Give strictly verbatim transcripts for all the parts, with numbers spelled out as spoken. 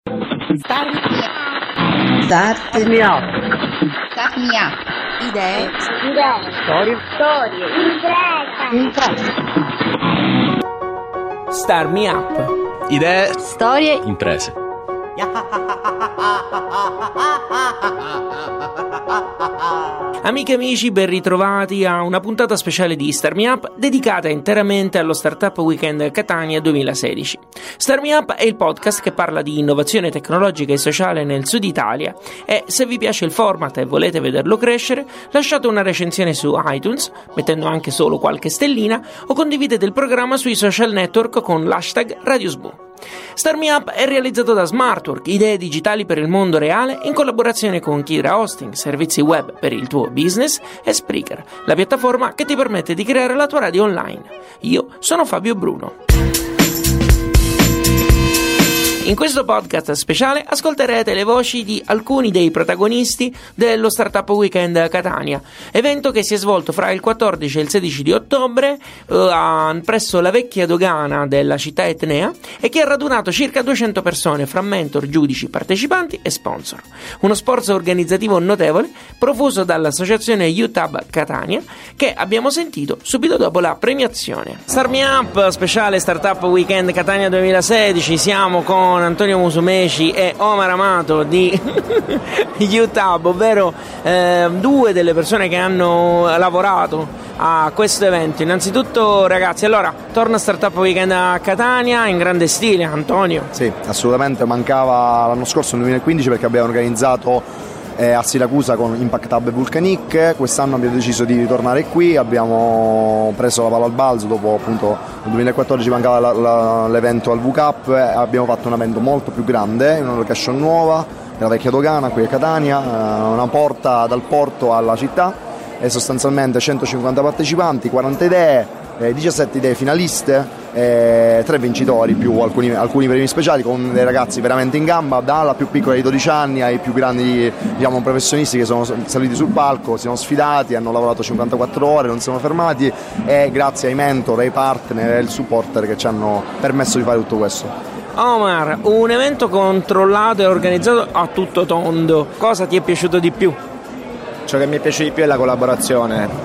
Start Start me up. Start me up. Idee. Idee. Storie. Storie. Impresa. Impresa. Start me up. Idee. Storie. Imprese. Amiche e amici, ben ritrovati a una puntata speciale di Start Me Up dedicata interamente allo Startup Weekend Catania duemilasedici. Start Me Up è il podcast che parla di innovazione tecnologica e sociale nel sud Italia e se vi piace il format e volete vederlo crescere, lasciate una recensione su iTunes, mettendo anche solo qualche stellina, o condividete il programma sui social network con l'hashtag RadioSboo. Start Me Up è realizzato da Smartwork, idee digitali per il mondo reale, in collaborazione con Kira Hosting, servizi web per il tuo business, e Spreaker, la piattaforma che ti permette di creare la tua radio online. Io sono Fabio Bruno. In questo podcast speciale ascolterete le voci di alcuni dei protagonisti dello Startup Weekend Catania, evento che si è svolto fra il quattordici e il sedici di ottobre eh, presso la vecchia dogana della città etnea e che ha radunato circa duecento persone fra mentor, giudici, partecipanti e sponsor. Uno sforzo organizzativo notevole profuso dall'associazione U T A B Catania che abbiamo sentito subito dopo la premiazione. Start Me Up, speciale Startup Weekend Catania duemilasedici, siamo con Antonio Musumeci e Omar Amato di U T A B, ovvero eh, due delle persone che hanno lavorato a questo evento. Innanzitutto, ragazzi, allora torna Startup Weekend a Catania in grande stile. Antonio? Sì, assolutamente, mancava l'anno scorso, nel duemilaquindici, perché abbiamo organizzato eh, a Siracusa con Impact Hub e Vulcanic. Quest'anno abbiamo deciso di ritornare qui, abbiamo preso la palla al balzo dopo, appunto, nel duemilaquattordici mancava la, la, l'evento al V Cup, eh, abbiamo fatto un evento molto più grande in una location nuova, nella vecchia dogana qui a Catania, eh, una porta dal porto alla città, e sostanzialmente centocinquanta partecipanti, quaranta idee, eh, diciassette idee finaliste, eh, tre vincitori più alcuni, alcuni premi speciali, con dei ragazzi veramente in gamba, dalla più piccola di dodici anni ai più grandi, diciamo, professionisti che sono saliti sul palco, si sono sfidati, hanno lavorato cinquantaquattro ore, non si sono fermati, e grazie ai mentor, ai partner e ai supporter che ci hanno permesso di fare tutto questo. Omar, un evento controllato e organizzato a tutto tondo, cosa ti è piaciuto di più? Ciò che mi è piaciuto di più è la collaborazione.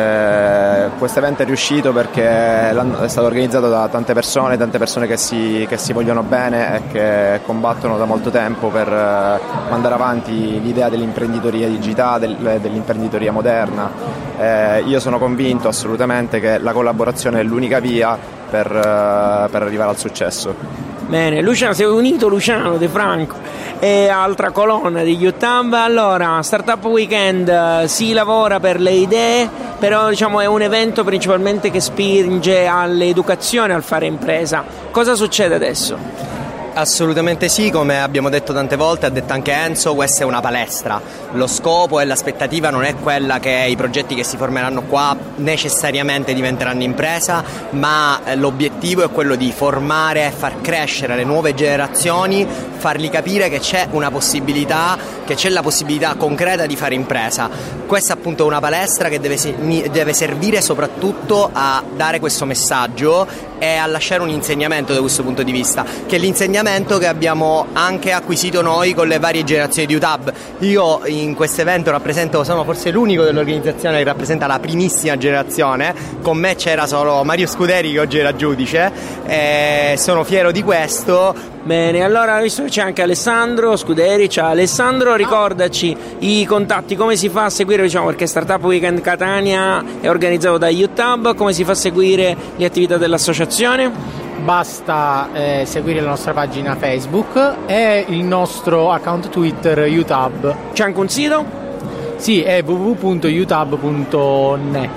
Eh, questo evento è riuscito perché è stato organizzato da tante persone, tante persone che si, che si vogliono bene e che combattono da molto tempo per eh, mandare avanti l'idea dell'imprenditoria digitale, del, dell'imprenditoria moderna. Eh, io sono convinto assolutamente che la collaborazione è l'unica via per, eh, per arrivare al successo. Bene, Luciano, sei unito Luciano De Franco e altra colonna di U T A B. Allora, Startup Weekend, uh, si lavora per le idee, però diciamo è un evento principalmente che spinge all'educazione, al fare impresa. Cosa succede adesso? Assolutamente sì, come abbiamo detto tante volte, ha detto anche Enzo, questa è una palestra. Lo scopo e l'aspettativa non è quella che i progetti che si formeranno qua necessariamente diventeranno impresa, ma l'obiettivo è quello di formare e far crescere le nuove generazioni, fargli capire che c'è una possibilità, che c'è la possibilità concreta di fare impresa. Questa appunto è una palestra che deve, deve servire soprattutto a dare questo messaggio e a lasciare un insegnamento da questo punto di vista, che è l'insegnamento che abbiamo anche acquisito noi con le varie generazioni di U T A B. Io in questo evento rappresento, sono forse l'unico dell'organizzazione che rappresenta la primissima generazione. Con me c'era solo Mario Scuderi, che oggi era giudice, e sono fiero di questo. Bene, allora visto che c'è anche Alessandro Scuderi, ciao Alessandro, ricordaci i contatti, come si fa a seguire, diciamo, perché Startup Weekend Catania è organizzato da U T A B, come si fa a seguire le attività dell'associazione? Basta eh, seguire la nostra pagina Facebook e il nostro account Twitter U T A B. C'è anche un sito? Sì, è w w w punto u t a b punto net.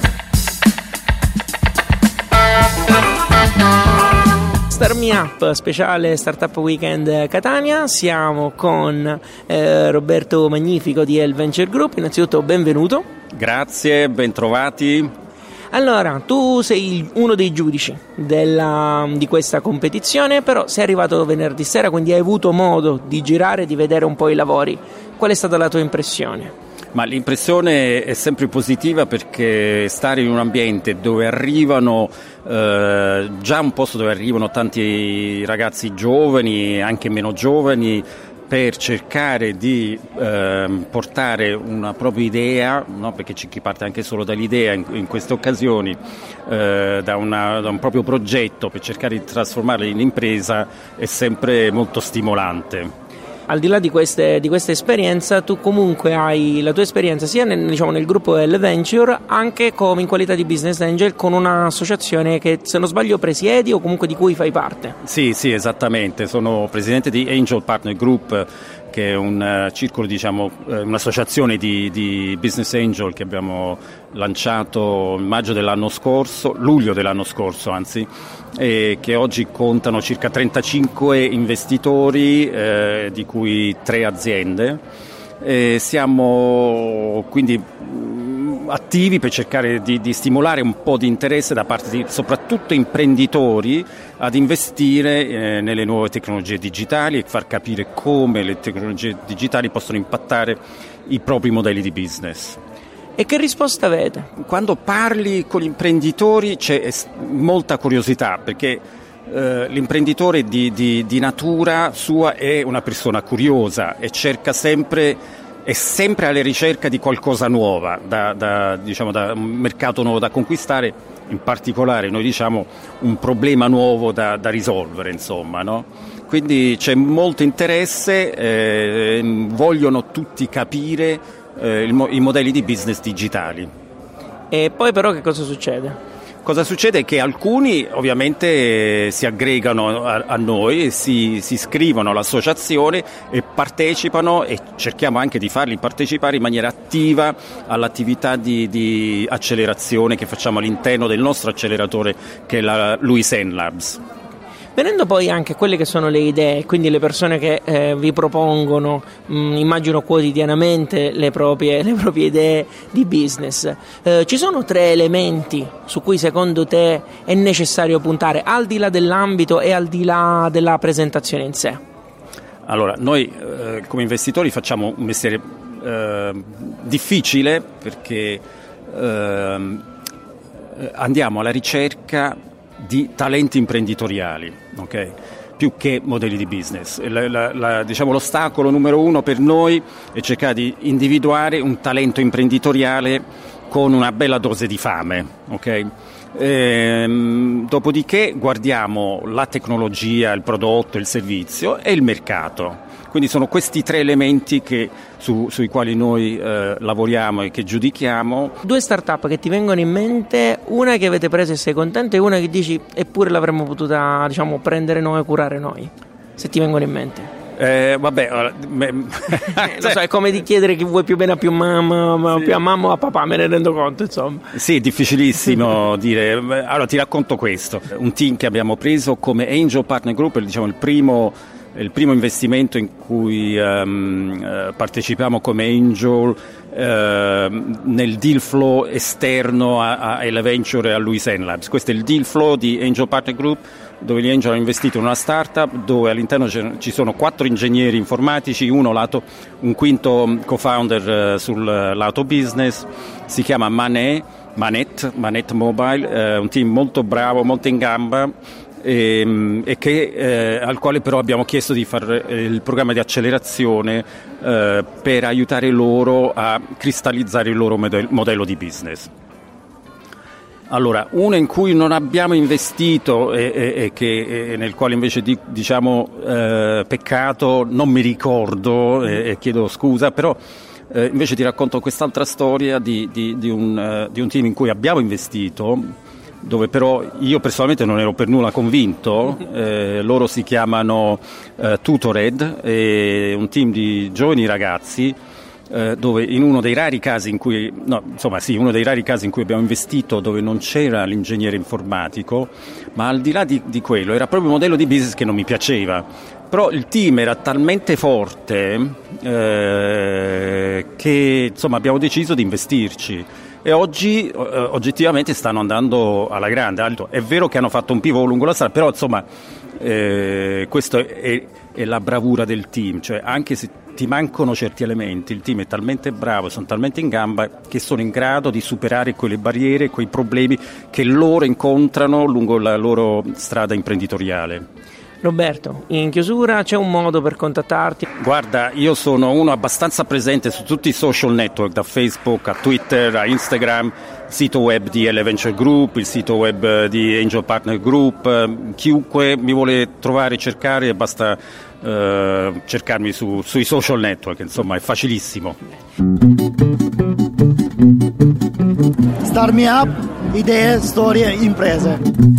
Start Me Up, speciale Startup Weekend Catania. Siamo con eh, Roberto Magnifico di El Venture Group. Innanzitutto benvenuto. Grazie, bentrovati. Allora, tu sei uno dei giudici della, di questa competizione, però sei arrivato venerdì sera, quindi hai avuto modo di girare e di vedere un po' i lavori. Qual è stata la tua impressione? Ma l'impressione è sempre positiva, perché stare in un ambiente dove arrivano, eh, già un posto dove arrivano tanti ragazzi giovani, anche meno giovani, per cercare di eh, portare una propria idea, no? Perché c'è chi parte anche solo dall'idea in, in queste occasioni, eh, da, una, da un proprio progetto, per cercare di trasformarlo in impresa, è sempre molto stimolante. Al di là di queste, di questa esperienza, tu comunque hai la tua esperienza sia nel, diciamo, nel gruppo L Venture, anche come in qualità di business angel con un'associazione che, se non sbaglio, presiedi o comunque di cui fai parte. Sì, sì, esattamente. Sono presidente di Angel Partner Group, che è un uh, circolo, diciamo, uh, un'associazione di, di business angel che abbiamo lanciato in maggio dell'anno scorso, luglio dell'anno scorso anzi, e che oggi contano circa trentacinque investitori, eh, di cui tre aziende. E siamo quindi mh, attivi per cercare di, di stimolare un po' di interesse da parte di soprattutto imprenditori ad investire eh, nelle nuove tecnologie digitali e far capire come le tecnologie digitali possono impattare i propri modelli di business. E che risposta avete? Quando parli con gli imprenditori c'è molta curiosità, perché eh, l'imprenditore di, di, di natura sua è una persona curiosa e cerca sempre, è sempre alla ricerca di qualcosa nuova, da, da, diciamo, da un mercato nuovo da conquistare, in particolare noi diciamo un problema nuovo da, da risolvere, insomma, no? Quindi c'è molto interesse, eh, vogliono tutti capire Eh, il mo- i modelli di business digitali. E poi però che cosa succede? Cosa succede è che alcuni ovviamente si aggregano a, a noi, si, si iscrivono all'associazione e partecipano, e cerchiamo anche di farli partecipare in maniera attiva all'attività di, di accelerazione che facciamo all'interno del nostro acceleratore, che è la Luisen Labs. Venendo poi anche a quelle che sono le idee, quindi le persone che eh, vi propongono, mh, immagino quotidianamente, le proprie, le proprie idee di business, eh, ci sono tre elementi su cui secondo te è necessario puntare, al di là dell'ambito e al di là della presentazione in sé? Allora, noi eh, come investitori facciamo un mestiere eh, difficile, perché eh, andiamo alla ricerca di talenti imprenditoriali, ok? Più che modelli di business. La, la, la, diciamo, l'ostacolo numero uno per noi è cercare di individuare un talento imprenditoriale con una bella dose di fame, ok? Ehm, dopodiché guardiamo la tecnologia, il prodotto, il servizio e il mercato. Quindi sono questi tre elementi che, su, sui quali noi eh, lavoriamo e che giudichiamo. Due start-up che ti vengono in mente, una che avete preso e sei contento, e una che dici eppure l'avremmo potuta, diciamo, prendere noi e curare noi, se ti vengono in mente. Eh, vabbè, me, lo so, è come di chiedere chi vuoi più bene a più mamma, sì. più a mamma o a papà, me ne rendo conto, insomma. Sì, è difficilissimo dire. Allora ti racconto questo. Un team che abbiamo preso come Angel Partner Group, diciamo il primo il primo investimento in cui um, uh, partecipiamo come Angel uh, nel deal flow esterno a, a L Venture e a Luisen Labs. Questo è il deal flow di Angel Partner Group, dove gli Angel hanno investito in una startup dove all'interno ci sono quattro ingegneri informatici, uno lato, un quinto co-founder uh, sul lato business, si chiama Manet, Manet, Manet Mobile, uh, un team molto bravo, molto in gamba, E, e che, eh, al quale però abbiamo chiesto di fare eh, il programma di accelerazione eh, per aiutare loro a cristallizzare il loro modello, modello di business. Allora, uno in cui non abbiamo investito e, e, e che, e nel quale invece di, diciamo eh, peccato, non mi ricordo e, e chiedo scusa, però eh, invece ti racconto quest'altra storia di, di, di, un, uh, di un team in cui abbiamo investito, dove però io personalmente non ero per nulla convinto. Eh, loro si chiamano eh, Tutored, è un team di giovani ragazzi eh, dove in uno dei rari casi in cui no, insomma sì, uno dei rari casi in cui abbiamo investito, dove non c'era l'ingegnere informatico, ma al di là di, di quello era proprio un modello di business che non mi piaceva, però il team era talmente forte eh, che insomma abbiamo deciso di investirci. E oggi eh, oggettivamente stanno andando alla grande. È vero che hanno fatto un pivot lungo la strada, però insomma eh, questo è, è la bravura del team, cioè anche se ti mancano certi elementi, il team è talmente bravo, sono talmente in gamba che sono in grado di superare quelle barriere, quei problemi che loro incontrano lungo la loro strada imprenditoriale. Roberto, in chiusura c'è un modo per contattarti? Guarda, io sono uno abbastanza presente su tutti i social network, da Facebook a Twitter a Instagram, sito web di L Venture Group, il sito web di Angel Partner Group. Chiunque mi vuole trovare e cercare basta eh, cercarmi su, sui social network, insomma è facilissimo. Start Me Up, idee, storie, imprese.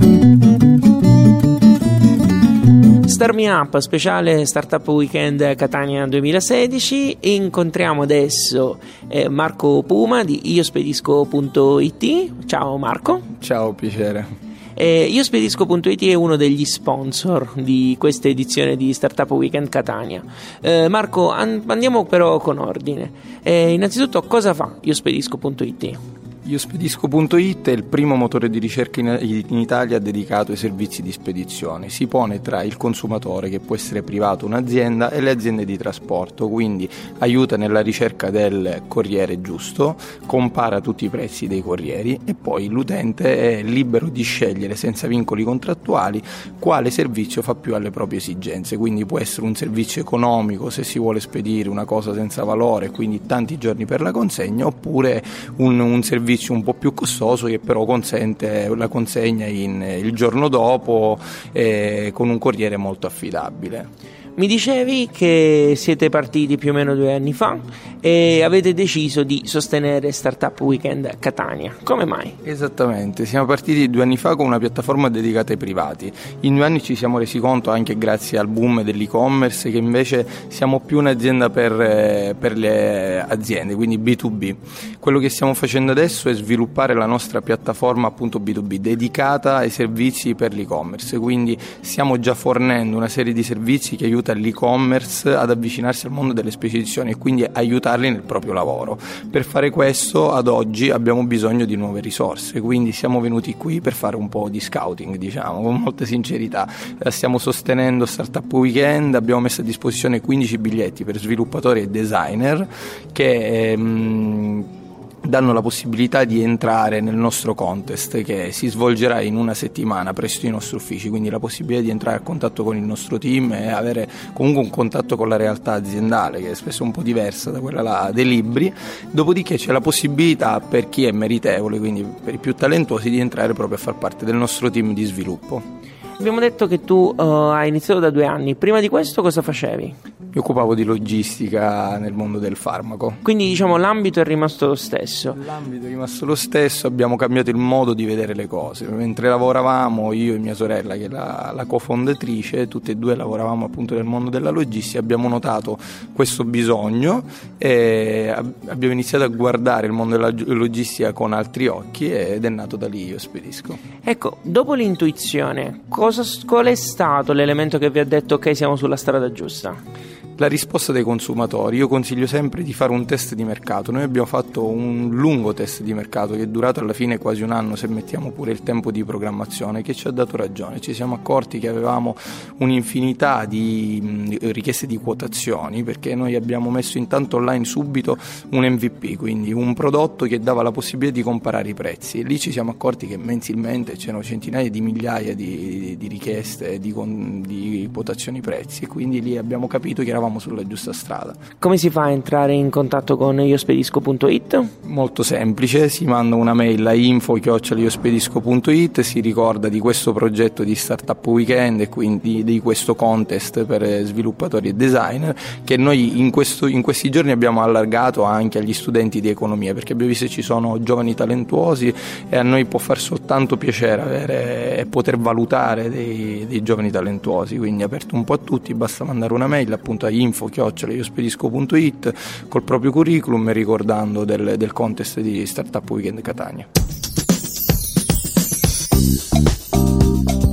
Start Me Up, speciale Startup Weekend Catania duemilasedici. Incontriamo adesso eh, Marco Puma di iospedisco punto it. Ciao Marco. Ciao, piacere. Eh, iospedisco punto it è uno degli sponsor di questa edizione di Startup Weekend Catania. Eh, Marco, an- andiamo però con ordine. Eh, innanzitutto, cosa fa iospedisco punto it? iospedisco punto it è il primo motore di ricerca in, in Italia dedicato ai servizi di spedizione. Si pone tra il consumatore, che può essere privato, un'azienda, e le aziende di trasporto, quindi aiuta nella ricerca del corriere giusto, compara tutti i prezzi dei corrieri e poi l'utente è libero di scegliere senza vincoli contrattuali quale servizio fa più alle proprie esigenze. Quindi può essere un servizio economico se si vuole spedire una cosa senza valore, quindi tanti giorni per la consegna, oppure un, un servizio un po' più costoso che però consente la consegna in, il giorno dopo eh, con un corriere molto affidabile. Mi dicevi che siete partiti più o meno due anni fa e avete deciso di sostenere Startup Weekend Catania. Come mai? Esattamente, siamo partiti due anni fa con una piattaforma dedicata ai privati. In due anni ci siamo resi conto, anche grazie al boom dell'e-commerce, che invece siamo più un'azienda per, per le aziende, quindi B due B. Quello che stiamo facendo adesso è sviluppare la nostra piattaforma appunto B due B dedicata ai servizi per l'e-commerce, quindi stiamo già fornendo una serie di servizi che aiutano l'e-commerce ad avvicinarsi al mondo delle spedizioni e quindi aiutarli nel proprio lavoro. Per fare questo ad oggi abbiamo bisogno di nuove risorse, quindi siamo venuti qui per fare un po' di scouting, diciamo, con molta sincerità. Stiamo sostenendo Startup Weekend, abbiamo messo a disposizione quindici biglietti per sviluppatori e designer che ehm, danno la possibilità di entrare nel nostro contest, che si svolgerà in una settimana presso i nostri uffici, quindi la possibilità di entrare a contatto con il nostro team e avere comunque un contatto con la realtà aziendale, che è spesso un po' diversa da quella là dei libri. Dopodiché c'è la possibilità per chi è meritevole, quindi per i più talentuosi, di entrare proprio a far parte del nostro team di sviluppo. Abbiamo detto che tu uh, hai iniziato da due anni. Prima di questo cosa facevi? Mi occupavo di logistica nel mondo del farmaco. Quindi diciamo l'ambito è rimasto lo stesso. L'ambito è rimasto lo stesso, abbiamo cambiato il modo di vedere le cose. Mentre lavoravamo, io e mia sorella, che è la, la cofondatrice, tutte e due lavoravamo appunto nel mondo della logistica, abbiamo notato questo bisogno e abbiamo iniziato a guardare il mondo della logistica con altri occhi ed è nato da lì Io Spedisco. Ecco, dopo l'intuizione, cosa, qual è stato l'elemento che vi ha detto ok, siamo sulla strada giusta? La risposta dei consumatori. Io consiglio sempre di fare un test di mercato. Noi abbiamo fatto un lungo test di mercato che è durato alla fine quasi un anno, se mettiamo pure il tempo di programmazione, che ci ha dato ragione. Ci siamo accorti che avevamo un'infinità di richieste di quotazioni, perché noi abbiamo messo intanto online subito un M V P, quindi un prodotto che dava la possibilità di comparare i prezzi, e lì ci siamo accorti che mensilmente c'erano centinaia di migliaia di, di richieste di, di quotazioni prezzi, e quindi lì abbiamo capito che eravamo sulla giusta strada. Come si fa a entrare in contatto con iospedisco punto it? Molto semplice, si manda una mail a info chiocciola iospedisco punto it, si ricorda di questo progetto di Startup Weekend e quindi di questo contest per sviluppatori e designer, che noi in, questo, in questi giorni abbiamo allargato anche agli studenti di economia, perché abbiamo visto che ci sono giovani talentuosi e a noi può far soltanto piacere avere e poter valutare dei, dei giovani talentuosi, quindi aperto un po' a tutti, basta mandare una mail appunto a info chiocciola iospedisco punto it col proprio curriculum e ricordando del, del contest di Startup Weekend Catania.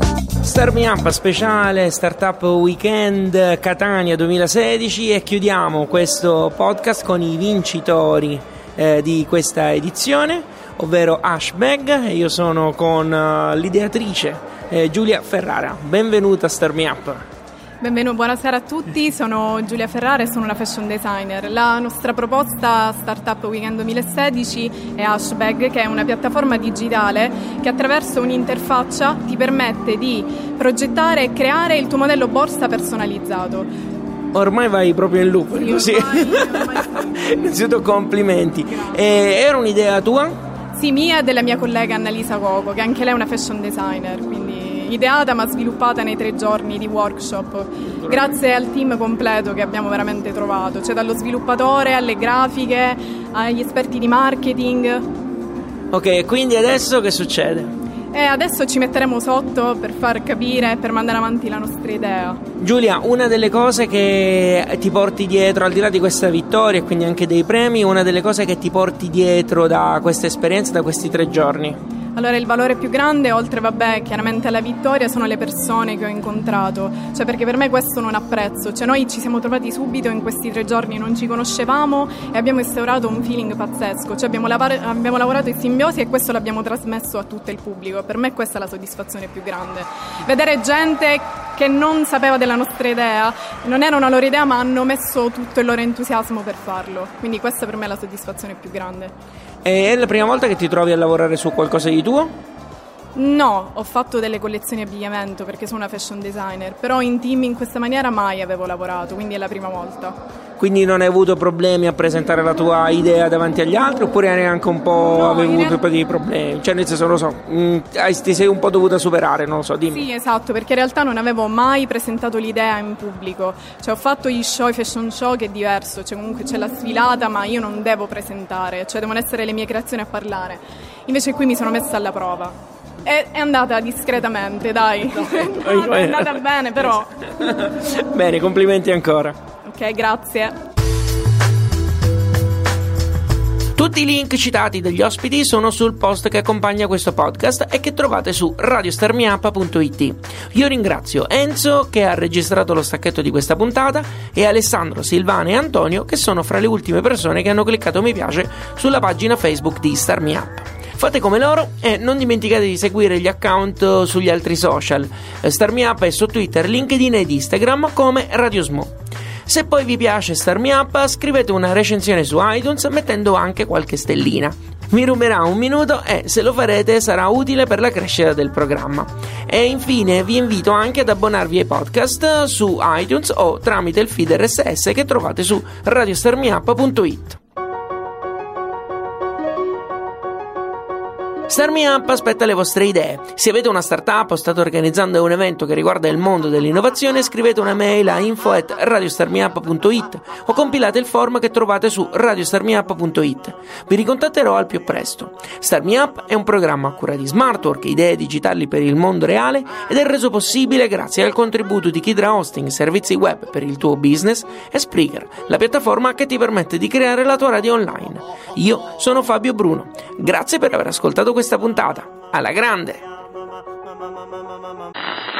Start Me Up speciale Startup Weekend Catania duemilasedici e chiudiamo questo podcast con i vincitori eh, di questa edizione, ovvero Hashbag, e io sono con uh, l'ideatrice eh, Giulia Ferrara. Benvenuta a Start Me Up. Benvenuto, buonasera a tutti, sono Giulia Ferrara e sono una fashion designer. La nostra proposta Startup Weekend duemilasedici è Hashbag, che è una piattaforma digitale che attraverso un'interfaccia ti permette di progettare e creare il tuo modello borsa personalizzato. Ormai vai proprio in loop, sì, così. Ormai, ormai Innanzitutto complimenti. E, era un'idea tua? Sì, mia e della mia collega Annalisa Coco, che anche lei è una fashion designer, quindi ideata ma sviluppata nei tre giorni di workshop, grazie al team completo che abbiamo veramente trovato, cioè dallo sviluppatore alle grafiche, agli esperti di marketing. Ok, quindi adesso che succede? E adesso ci metteremo sotto per far capire e per mandare avanti la nostra idea. Giulia, una delle cose che ti porti dietro, al di là di questa vittoria e quindi anche dei premi, una delle cose che ti porti dietro da questa esperienza, da questi tre giorni? Allora, il valore più grande, oltre vabbè chiaramente alla vittoria, sono le persone che ho incontrato, cioè perché per me questo non ha prezzo, cioè noi ci siamo trovati subito in questi tre giorni, non ci conoscevamo e abbiamo instaurato un feeling pazzesco, cioè abbiamo, lavar- abbiamo lavorato in simbiosi e questo l'abbiamo trasmesso a tutto il pubblico. Per me questa è la soddisfazione più grande, vedere gente che non sapeva della nostra idea, non era una loro idea ma hanno messo tutto il loro entusiasmo per farlo, quindi questa per me è la soddisfazione più grande. È la prima volta che ti trovi a lavorare su qualcosa di tuo? No, ho fatto delle collezioni abbigliamento perché sono una fashion designer, però in team in questa maniera mai avevo lavorato, quindi è la prima volta. Quindi non hai avuto problemi a presentare la tua idea davanti agli altri, oppure hai anche un po' No, avevi avuto real- un po' di problemi? Cioè nel senso, non lo so, mh, ti sei un po' dovuta superare, non lo so, dimmi. Sì, esatto, perché in realtà non avevo mai presentato l'idea in pubblico, cioè ho fatto gli show, i fashion show che è diverso, cioè comunque c'è la sfilata ma io non devo presentare, cioè devono essere le mie creazioni a parlare, invece qui mi sono messa alla prova. È, è andata discretamente, dai, no, è andata bene però. Bene, complimenti ancora. Ok, grazie. Tutti i link citati dagli ospiti sono sul post che accompagna questo podcast e che trovate su radio star me up punto it. Io ringrazio Enzo che ha registrato lo stacchetto di questa puntata e Alessandro, Silvana e Antonio che sono fra le ultime persone che hanno cliccato mi piace sulla pagina Facebook di Start Me Up. Fate come loro e non dimenticate di seguire gli account sugli altri social. Start Me Up è su Twitter, LinkedIn ed Instagram come Radio Smo. Se poi vi piace Start Me Up, scrivete una recensione su iTunes mettendo anche qualche stellina. Mi ruberà un minuto e se lo farete sarà utile per la crescita del programma. E infine vi invito anche ad abbonarvi ai podcast su iTunes o tramite il feed R S S che trovate su radio star me up punto it. Start Me Up aspetta le vostre idee. Se avete una startup o state organizzando un evento che riguarda il mondo dell'innovazione, scrivete una mail a info at radio star me up punto it o compilate il form che trovate su radio star me up punto it. Vi ricontatterò al più presto. Start Me Up è un programma a cura di Smartwork, idee digitali per il mondo reale, ed è reso possibile grazie al contributo di Kidra Hosting, servizi web per il tuo business, e Spreaker, la piattaforma che ti permette di creare la tua radio online. Io sono Fabio Bruno. Grazie per aver ascoltato questa puntata. Alla grande!